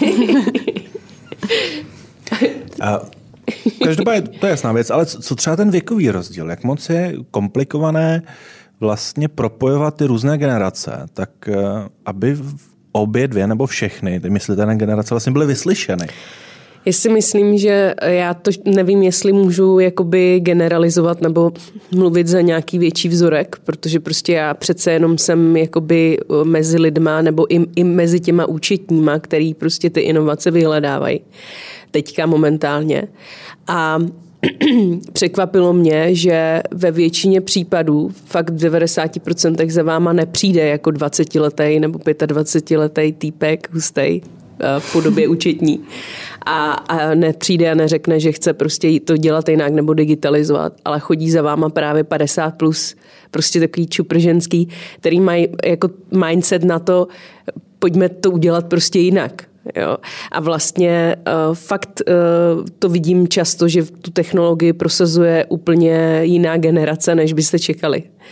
Každopádně to je jasná věc, ale co třeba ten věkový rozdíl? Jak moc je komplikované vlastně propojovat ty různé generace, tak aby obě 2 nebo všechny, ty myslíte generace, vlastně byly vyslyšeny? Já si myslím, že já to nevím, jestli můžu jakoby generalizovat nebo mluvit za nějaký větší vzorek, protože prostě já přece jenom jsem jakoby mezi lidma nebo i mezi těma účetníma, který prostě ty inovace vyhledávají teďka momentálně. A překvapilo mě, že ve většině případů fakt v 90% za váma nepřijde jako 20letý nebo 25letý týpek hustej v podobě účetní. A nepřijde a neřekne, že chce prostě to dělat jinak nebo digitalizovat, ale chodí za váma právě 50+, prostě takový čuprženský, který mají jako mindset na to, pojďme to udělat prostě jinak. Jo. A vlastně fakt to vidím často, že tu technologii prosazuje úplně jiná generace, než byste čekali.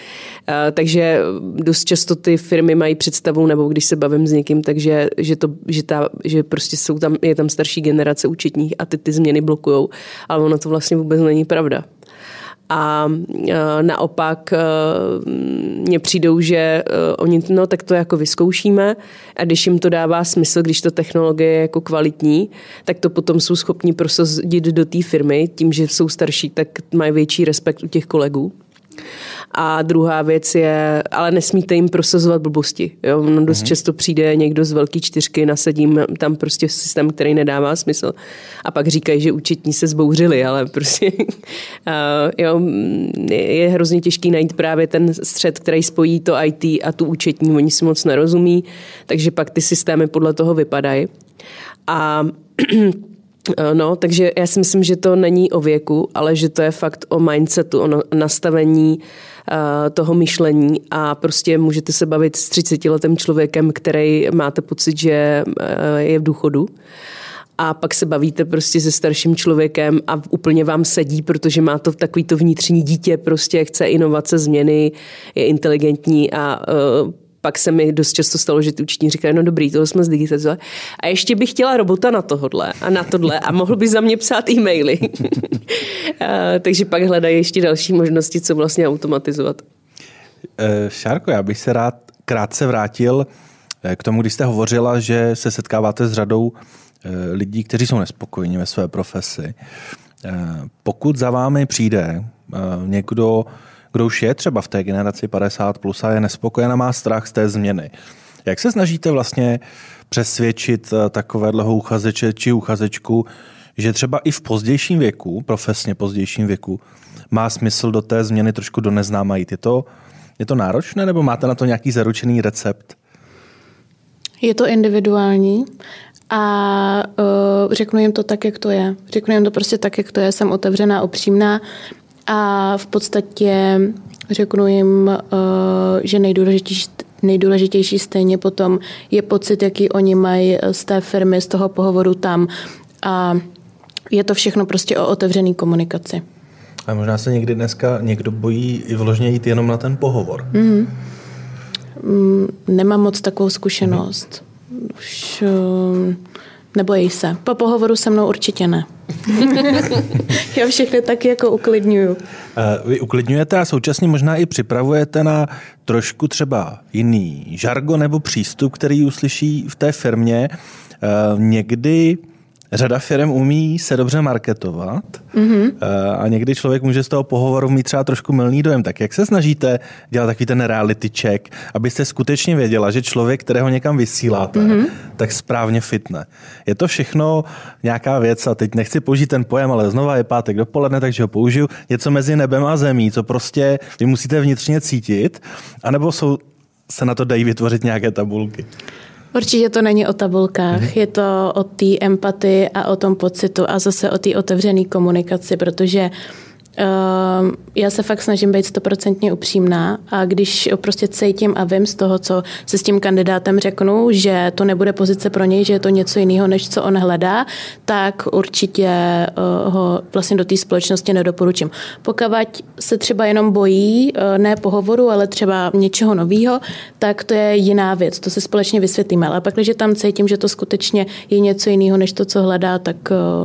Takže dost často ty firmy mají představu, nebo když se bavím s někým, takže že prostě je tam starší generace účetních a ty změny blokujou, ale ono to vlastně vůbec není pravda. A naopak mně přijdou, že oni, no tak to jako vyzkoušíme a když jim to dává smysl, když ta technologie je jako kvalitní, tak to potom jsou schopni prosadit do té firmy, tím, že jsou starší, tak mají větší respekt u těch kolegů. A druhá věc je, ale nesmíte jim prosazovat blbosti. Jo? No, dost často přijde někdo z velký 4, nasadím tam prostě systém, který nedává smysl. A pak říkají, že účetní se zbouřili, ale prostě jo, je hrozně těžký najít právě ten střed, který spojí to IT a tu účetní. Oni si moc nerozumí, takže pak ty systémy podle toho vypadají. A no, takže já si myslím, že to není o věku, ale že to je fakt o mindsetu, o nastavení toho myšlení a prostě můžete se bavit s 30letým člověkem, který máte pocit, že je v důchodu. A pak se bavíte prostě se starším člověkem a úplně vám sedí, protože má to takový to vnitřní dítě, prostě chce inovace, změny, je inteligentní a pak se mi dost často stalo, že ty účetní říkají, no dobrý, tohle jsme zdigitalizovali. A ještě bych chtěla robota na tohodle a na tohle a mohl by za mě psát e-maily. Takže pak hledají ještě další možnosti, co vlastně automatizovat. Šárko, já bych se rád krátce vrátil k tomu, když jste hovořila, že se setkáváte s řadou lidí, kteří jsou nespokojení ve své profesi. Pokud za vámi přijde někdo, kdo už je třeba v té generaci 50+ a je nespokojen a má strach z té změny. Jak se snažíte vlastně přesvědčit takového uchazeče či uchazečku, že třeba i v pozdějším věku, profesně pozdějším věku, má smysl do té změny trošku do neznáma jít? Je to náročné, nebo máte na to nějaký zaručený recept? Je to individuální a řeknu jim to tak, jak to je. Řeknu jim to prostě tak, jak to je. Jsem otevřená, upřímná. A v podstatě řeknu jim, že nejdůležitější stejně potom je pocit, jaký oni mají z té firmy, z toho pohovoru tam. A je to všechno prostě o otevřený komunikaci. A možná se někdy dneska někdo bojí i vložně jít jenom na ten pohovor. Nemám moc takovou zkušenost. Už nebojí se. Po pohovoru se mnou určitě ne. Já všechny taky jako uklidňuju. Vy uklidňujete a současně možná i připravujete na trošku třeba jiný žargon nebo přístup, který uslyší v té firmě. Někdy řada firm umí se dobře marketovat a někdy člověk může z toho pohovoru mít třeba trošku mylný dojem. Tak jak se snažíte dělat takový ten reality check, abyste skutečně věděla, že člověk, kterého někam vysíláte, tak správně fitne. Je to všechno nějaká věc a teď nechci použít ten pojem, ale znova je pátek dopoledne, takže ho použiju. Něco mezi nebem a zemí, co prostě vy musíte vnitřně cítit, anebo se na to dají vytvořit nějaké tabulky? Určitě to není o tabulkách, je to o té empatii a o tom pocitu a zase o té otevřené komunikaci, protože já se fakt snažím být 100% upřímná a když prostě cítím a vím z toho, co se s tím kandidátem řeknu, že to nebude pozice pro něj, že je to něco jiného, než co on hledá, tak určitě ho vlastně do té společnosti nedoporučím. Pokud se třeba jenom bojí, ne pohovoru, ale třeba něčeho nového, tak to je jiná věc, to se společně vysvětlíme. Ale pak, když tam cítím, že to skutečně je něco jiného, než to, co hledá, tak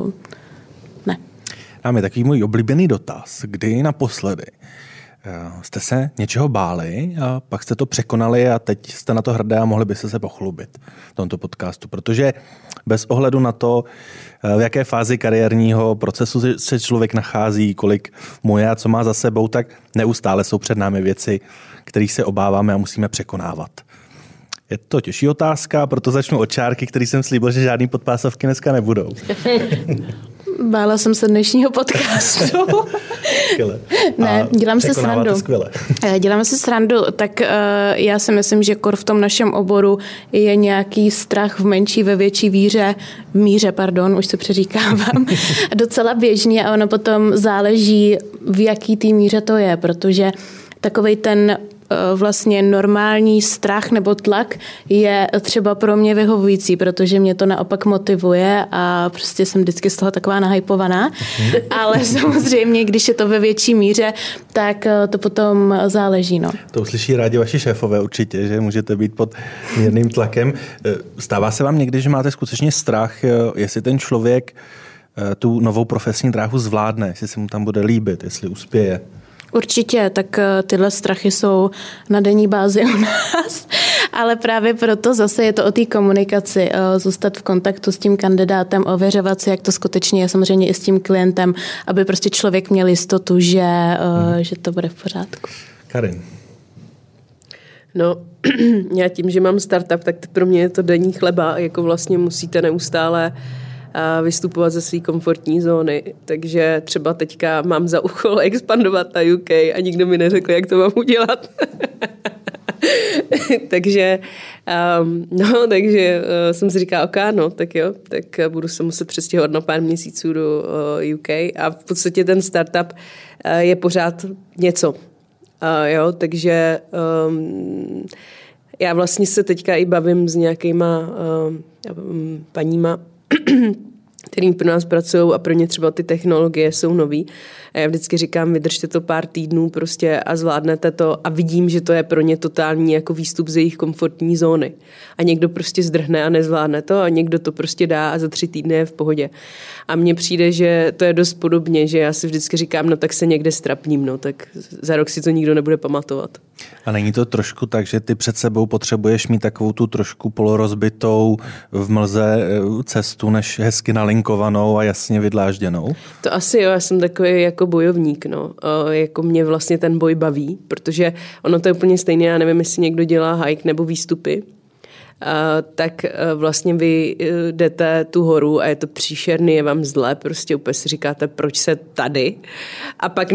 ne. Tam je takový můj oblíbený dotaz, kdy naposledy jste se něčeho báli a pak jste to překonali a teď jste na to hrdé a mohli byste se pochlubit v tomto podcastu, protože bez ohledu na to, v jaké fázi kariérního procesu se člověk nachází, kolik mu je a co má za sebou, tak neustále jsou před námi věci, kterých se obáváme a musíme překonávat. Je to těžší otázka, proto začnu od čárky, který jsem slíbil, že žádný podpásovky dneska nebudou. Bála jsem se dnešního podcastu. Ne, dělám si srandu. Děláme si srandu, tak já si myslím, že kor v tom našem oboru je nějaký strach v menší, ve větší míře, už se přeříkávám, docela běžný a ono potom záleží, v jaký té míře to je, protože takovej ten vlastně normální strach nebo tlak je třeba pro mě vyhovující, protože mě to naopak motivuje a prostě jsem vždycky z toho taková nahypovaná. Ale samozřejmě, když je to ve větší míře, tak to potom záleží. No. To uslyší rádi vaši šéfové určitě, že můžete být pod mírným tlakem. Stává se vám někdy, že máte skutečně strach, jestli ten člověk tu novou profesní dráhu zvládne, jestli se mu tam bude líbit, jestli uspěje? Určitě, tak tyhle strachy jsou na denní bázi u nás, ale právě proto zase je to o té komunikaci, zůstat v kontaktu s tím kandidátem, ověřovat si, jak to skutečně je, samozřejmě i s tím klientem, aby prostě člověk měl jistotu, že to bude v pořádku. Karin. No, já tím, že mám startup, tak pro mě je to denní chleba, jako vlastně musíte neustále vystupovat ze své komfortní zóny. Takže třeba teďka mám za úkol expandovat na UK a nikdo mi neřekl, jak to mám udělat. takže jsem si říkala, OK, no, tak jo, tak budu se muset přestěhovat na pár měsíců do UK a v podstatě ten startup je pořád něco. Jo, takže já vlastně se teďka i bavím s nějakýma paníma, kterým pro nás pracují a pro ně třeba ty technologie jsou nový. A já vždycky říkám, vydržte to pár týdnů prostě a zvládnete to a vidím, že to je pro ně totální jako výstup z jejich komfortní zóny. A někdo prostě zdrhne a nezvládne to a někdo to prostě dá a za 3 týdny je v pohodě. A mně přijde, že to je dost podobně, že já si vždycky říkám, no tak se někde strapním, no tak za rok si to nikdo nebude pamatovat. A není to trošku tak, že ty před sebou potřebuješ mít takovou tu trošku polorozbitou v mlze cestu, než hezky nalinkovanou a jasně vydlážděnou? To asi jo, já jsem takový jako bojovník, no. Jako mě vlastně ten boj baví, protože ono to je úplně stejné, já nevím, jestli někdo dělá hike nebo výstupy, tak vlastně vy jdete tu horu a je to příšerný, je vám zle, prostě úplně si říkáte, proč se tady? A pak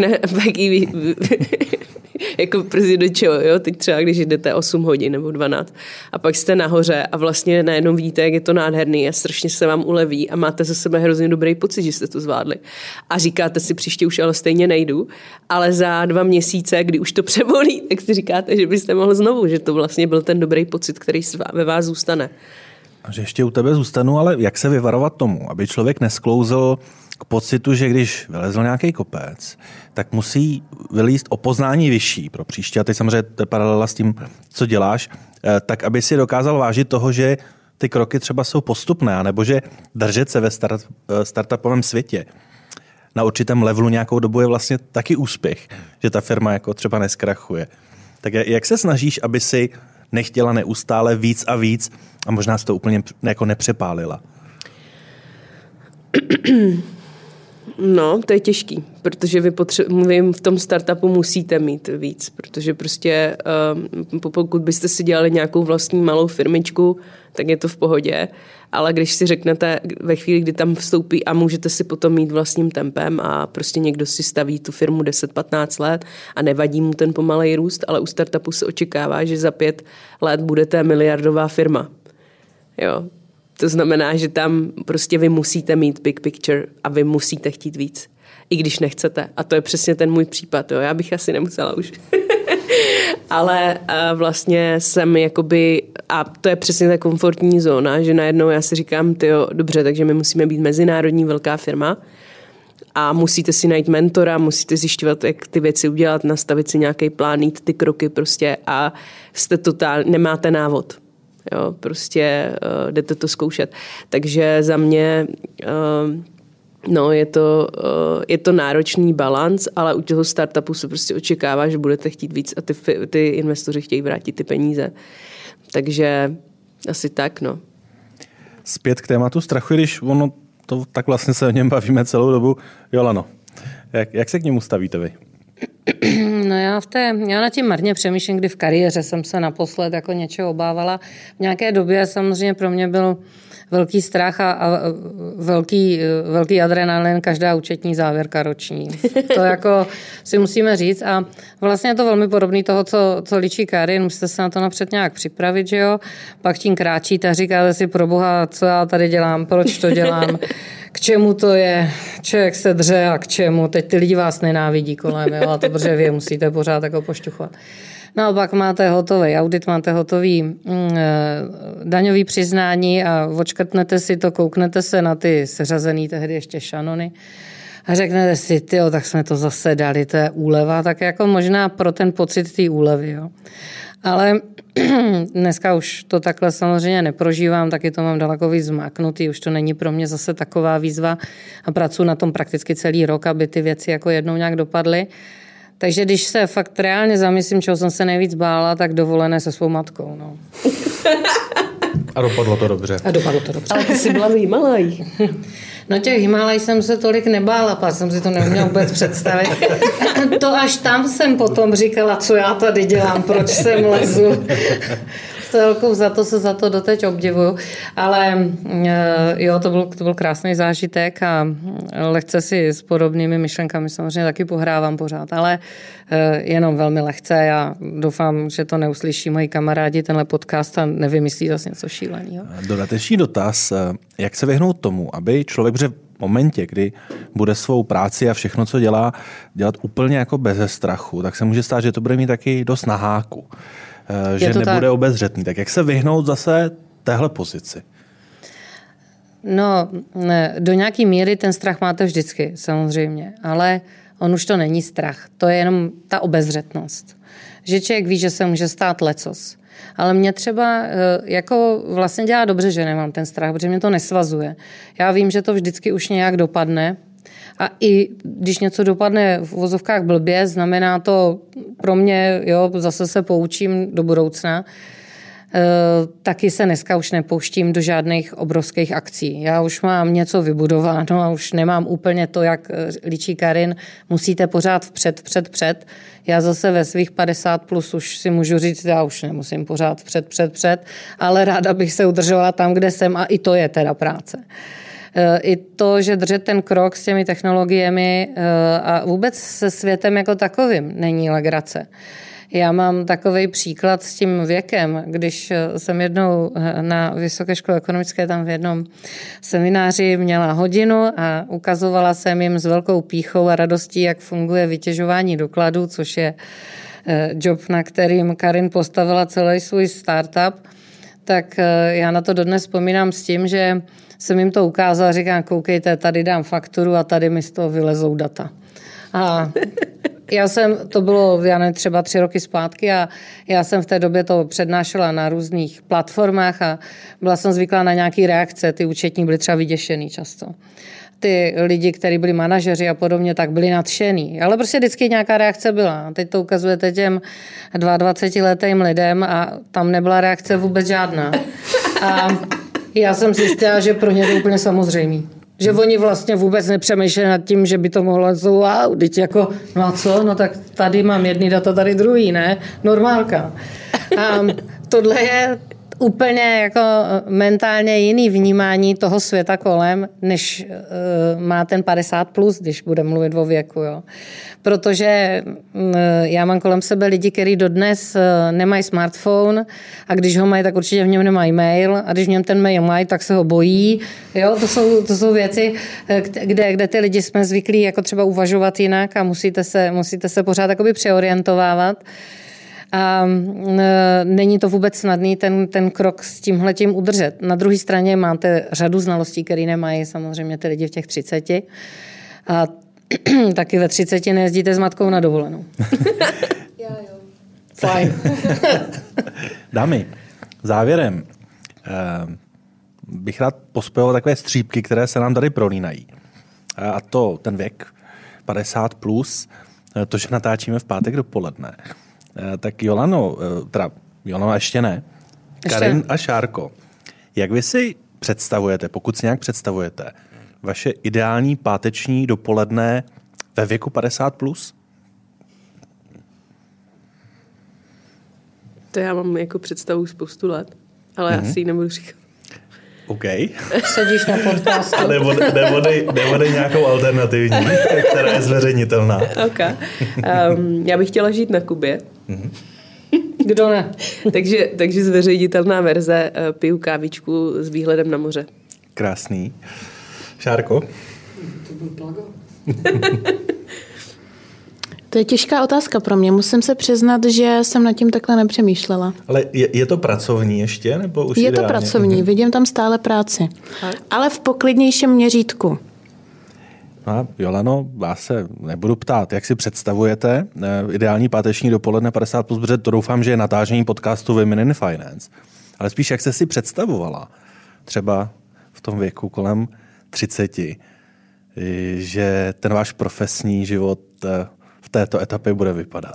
jako brzy do čeho, jo? Teď třeba, když jdete 8 hodin nebo 12 a pak jste nahoře a vlastně najednou vidíte, jak je to nádherný a strašně se vám uleví a máte ze sebe hrozně dobrý pocit, že jste to zvládli. A říkáte si, příště už ale stejně nejdu, ale za 2 měsíce, kdy už to přebolí, tak si říkáte, že byste mohl znovu, že to vlastně byl ten dobrý pocit, který ve vás zůstane. A že ještě u tebe zůstanu, ale jak se vyvarovat tomu, aby člověk nesklouzl k pocitu, že když vylezl nějaký kopec, tak musí vylízt o poznání vyšší pro příště. A teď samozřejmě to je paralela s tím, co děláš, tak aby si dokázal vážit toho, že ty kroky třeba jsou postupné, nebo že držet se ve startupovém světě na určitém levelu nějakou dobu je vlastně taky úspěch, že ta firma jako třeba neskrachuje. Tak jak se snažíš, aby si nechtěla neustále víc a víc a možná si to úplně jako nepřepálila? No, to je těžký, protože vy v tom startupu musíte mít víc, protože prostě pokud byste si dělali nějakou vlastní malou firmičku, tak je to v pohodě, ale když si řeknete ve chvíli, kdy tam vstoupí a můžete si potom mít vlastním tempem a prostě někdo si staví tu firmu 10-15 let a nevadí mu ten pomalej růst, ale u startupu se očekává, že za 5 let budete miliardová firma. Jo. To znamená, že tam prostě vy musíte mít big picture a vy musíte chtít víc. I když nechcete. A to je přesně ten můj případ. Jo. Já bych asi nemusela už. Ale vlastně jsem jakoby, a to je přesně ta komfortní zóna, že najednou já si říkám, tyjo, dobře, takže my musíme být mezinárodní velká firma a musíte si najít mentora, musíte zjišťovat, jak ty věci udělat, nastavit si nějaký plán, jít ty kroky prostě a jste nemáte návod. Jo, prostě jdete to zkoušet. Takže za mě no, je to náročný balanc, ale u toho startupu se prostě očekává, že budete chtít víc a ty investoři chtějí vrátit ty peníze. Takže asi tak, no. Zpět k tématu strachu, když ono to tak vlastně se o něm bavíme celou dobu. Jolano, jak se k němu stavíte vy? No já na tím marně přemýšlím, kdy v kariéře jsem se naposled jako něčeho obávala. V nějaké době samozřejmě pro mě byl velký strach a velký adrenalin každá účetní závěrka roční. To jako si musíme říct a vlastně je to velmi podobný toho, co líčí Karin. Musíte se na to napřed nějak připravit, že jo? Pak tím kráčíte a říkáte si pro boha, co já tady dělám, proč to dělám, k čemu to je, člověk se dře a k čemu. Teď ty lidi vás nenávidí kolem, jo? A to protože vy musíte pořád jako pošťuchovat. Naopak máte hotový audit, máte hotový daňový přiznání a odškrtnete si to, kouknete se na ty seřazený tehdy ještě šanony a řeknete si, tyjo, tak jsme to zase dali, to je úleva, tak jako možná pro ten pocit té úlevy, jo. Ale dneska už to takhle samozřejmě neprožívám, taky to mám daleko víc zmáknutý, už to není pro mě zase taková výzva a pracuji na tom prakticky celý rok, aby ty věci jako jednou nějak dopadly. Takže když se fakt reálně zamyslím, čeho jsem se nejvíc bála, tak dovolené se svou matkou. No. A dopadlo to dobře. Ale ty jsi byla v Himalajích. No těch Himalaj jsem se tolik nebála, pak jsem si to neuměla vůbec představit. To až tam jsem potom říkala, co já tady dělám, proč sem lezu. Celkou za to doteď obdivuju. Ale jo, to byl krásný zážitek a lehce si s podobnými myšlenkami samozřejmě taky pohrávám pořád, ale jenom velmi lehce. Já doufám, že to neuslyší moji kamarádi tenhle podcast a nevymyslí zase něco šíleného. Dodatečný dotaz, jak se vyhnout tomu, aby člověk, protože v momentě, kdy bude svou práci a všechno, co dělá, dělat úplně jako beze strachu, tak se může stát, že to bude mít taky dost na háku. Že nebude tak obezřetný. Tak jak se vyhnout zase téhle pozici? No, do nějaký míry ten strach máte vždycky, samozřejmě, ale on už to není strach. To je jenom ta obezřetnost. Že člověk ví, že se může stát lecos. Ale mě třeba jako vlastně dělá dobře, že nemám ten strach, protože mě to nesvazuje. Já vím, že to vždycky už nějak dopadne. A i když něco dopadne v uvozovkách blbě, znamená to pro mě, jo, zase se poučím do budoucna, taky se dneska už nepouštím do žádných obrovských akcí. Já už mám něco vybudováno a už nemám úplně to, jak líčí Karin, musíte pořád vpřed. Já zase ve svých 50 plus už si můžu říct, já už nemusím pořád vpřed, ale ráda bych se udržovala tam, kde jsem a i to je teda práce. I to, že držet ten krok s těmi technologiemi a vůbec se světem jako takovým není legrace. Já mám takový příklad s tím věkem, když jsem jednou na Vysoké škole ekonomické tam v jednom semináři měla hodinu a ukazovala jsem jim s velkou pýchou a radostí, jak funguje vytěžování dokladů, což je job, na kterým Karin postavila celý svůj startup, tak já na to dodnes vzpomínám s tím, že jsem jim to ukázala, říkám, koukejte, tady dám fakturu a tady mi z toho vylezou data. A to bylo třeba 3 roky zpátky a já jsem v té době to přednášela na různých platformách a byla jsem zvyklá na nějaké reakce, ty účetní byly třeba vyděšený často. Ty lidi, kteří byli manažeři a podobně, tak byli nadšený. Ale prostě vždycky nějaká reakce byla. A teď to ukazujete těm 22letým lidem a tam nebyla reakce vůbec žádná. A já jsem si jistila, že pro ně to úplně samozřejmý. Že oni vlastně vůbec nepřemýšleli nad tím, že by to mohlo wow, teď jako, no a co? No tak tady mám jedný data, tady druhý, ne? Normálka. A tohle je úplně jako mentálně jiný vnímání toho světa kolem, než má ten 50 plus, když budeme mluvit o věku. Jo. Protože já mám kolem sebe lidi, kteří dodnes nemají smartphone a když ho mají, tak určitě v něm nemají mail a když v něm ten mail mají, tak se ho bojí. Jo, to jsou věci, kde ty lidi jsme zvyklí jako třeba uvažovat jinak a musíte se pořád jakoby přeorientovávat. A není to vůbec snadný ten krok s tímhletím udržet. Na druhé straně máte řadu znalostí, které nemají samozřejmě ty lidi v těch 30. A taky ve 30 nejezdíte s matkou na dovolenou. Já jo. Fajn. Dámy, závěrem bych rád pospojoval takové střípky, které se nám tady prolínají. A to ten věk 50 plus, to, že natáčíme v pátek dopoledne. Tak Jolano ještě ne, Karin a Šárko, jak vy si představujete, pokud si nějak představujete, vaše ideální páteční dopoledne ve věku 50 plus? To já mám jako představu spoustu let, ale já si ji nebudu říkat. OK. Sedíš na podcastu. Nebo dej nějakou alternativní, která je zveřejnitelná. OK. Já bych chtěla žít na Kubě. Kdo ne? takže zveřejnitelná verze, piju kávičku s výhledem na moře. Krásný. Šárko? To byl plago. To je těžká otázka pro mě. Musím se přiznat, že jsem nad tím takhle nepřemýšlela. Ale je to pracovní ještě? Nebo už je ideálně? To pracovní, vidím tam stále práci. Ale v poklidnějším měřítku. No, Jolano, vás se nebudu ptát, jak si představujete ideální páteční dopoledne 50+, protože to doufám, že je natážení podcastu Women in Finance. Ale spíš, jak jste si představovala třeba v tom věku kolem 30, že ten váš profesní život v této etapě bude vypadat?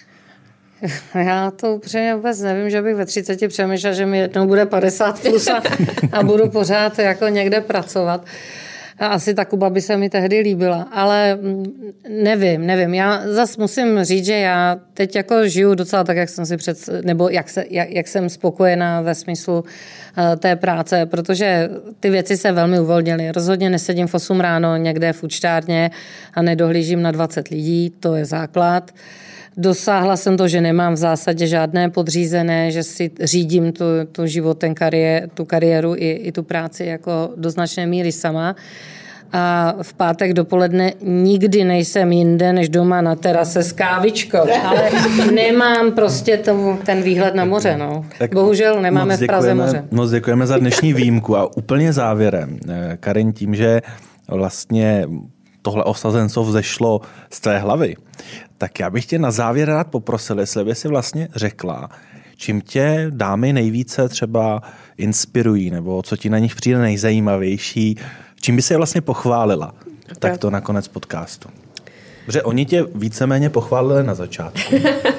Já to upřímně vůbec nevím, že bych ve 30 přemýšlela, že mi jednou bude 50+ a budu pořád jako někde pracovat. A asi ta Kuba by se mi tehdy líbila, ale nevím. Já zase musím říct, že já teď jako žiju docela tak, jak jsem si nebo jak jsem spokojená ve smyslu té práce, protože ty věci se velmi uvolnily. Rozhodně nesedím v 8 ráno někde v účtárně a nedohlížím na 20 lidí, to je základ. Dosáhla jsem to, že nemám v zásadě žádné podřízené, že si řídím tu život, tu kariéru i tu práci jako do značné míry sama. A v pátek dopoledne nikdy nejsem jinde, než doma na terase s kávičkou. Ale nemám prostě ten výhled na moře. No. Bohužel nemáme v Praze moře. Moc děkujeme za dnešní výjimku. A úplně závěrem, Karin, tím, že vlastně tohle osazenstvo vzešlo z tvé hlavy, tak já bych tě na závěr rád poprosil, jestli by si vlastně řekla, čím tě dámy nejvíce třeba inspirují, nebo co ti na nich přijde nejzajímavější, čím by se je vlastně pochválila, tak to na konec podcastu. Protože oni tě víceméně pochválili na začátku.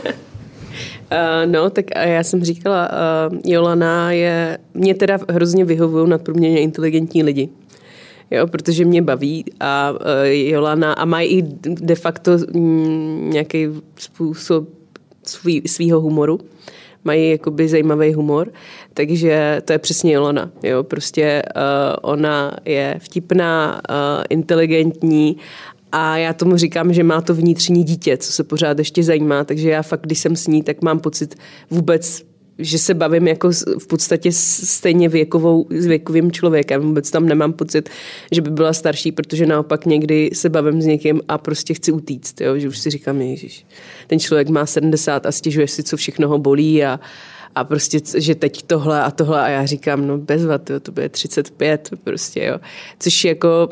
No, tak já jsem říkala, Jolana mě teda hrozně vyhovují nadprůměrně inteligentní lidi. Jo, protože mě baví a Jolana a mají i de facto nějaký způsob svýho humoru. Mají jakoby zajímavý humor, takže to je přesně Jolana. Jo, prostě ona je vtipná, inteligentní a já tomu říkám, že má to vnitřní dítě, co se pořád ještě zajímá, takže já fakt, když jsem s ní, tak mám pocit vůbec, že se bavím jako v podstatě stejně s věkovým člověkem. Vůbec tam nemám pocit, že by byla starší, protože naopak někdy se bavím s někým a prostě chci utíct. Jo? Že už si říkám, ježiš, ten člověk má 70 a stěžuje si, co všechno ho bolí a prostě, že teď tohle a já říkám, no bezvat, jo, to bude 35 prostě, jo. Což jako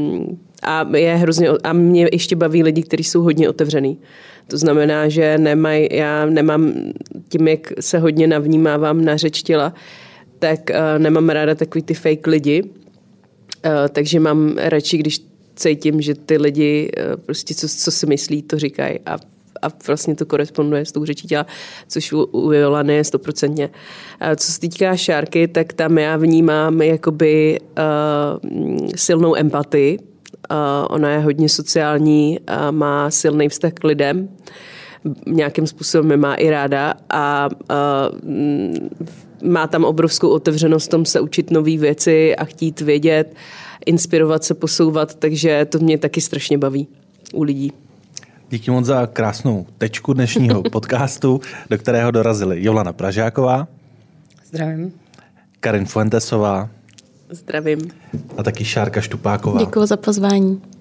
a mě ještě baví lidi, kteří jsou hodně otevřený. To znamená, že já nemám, tím, jak se hodně navnímávám na řeč těla, tak nemám ráda takový ty fake lidi, takže mám radši, když cítím, že ty lidi prostě co si myslí, to říkají a vlastně to koresponduje s tou řečí těla, což u Jolany je 100%. Co se týká Šárky, tak tam já vnímám jakoby silnou empatii. Ona je hodně sociální, má silný vztah k lidem, nějakým způsobem je má i ráda a má tam obrovskou otevřenost v tom se učit nové věci a chtít vědět, inspirovat se, posouvat, takže to mě taky strašně baví u lidí. Díky moc za krásnou tečku dnešního podcastu, do kterého dorazili Jolana Pražáková. Zdravím. Karin Fuentesová. Zdravím. A taky Šárka Štupáková. Děkuji za pozvání.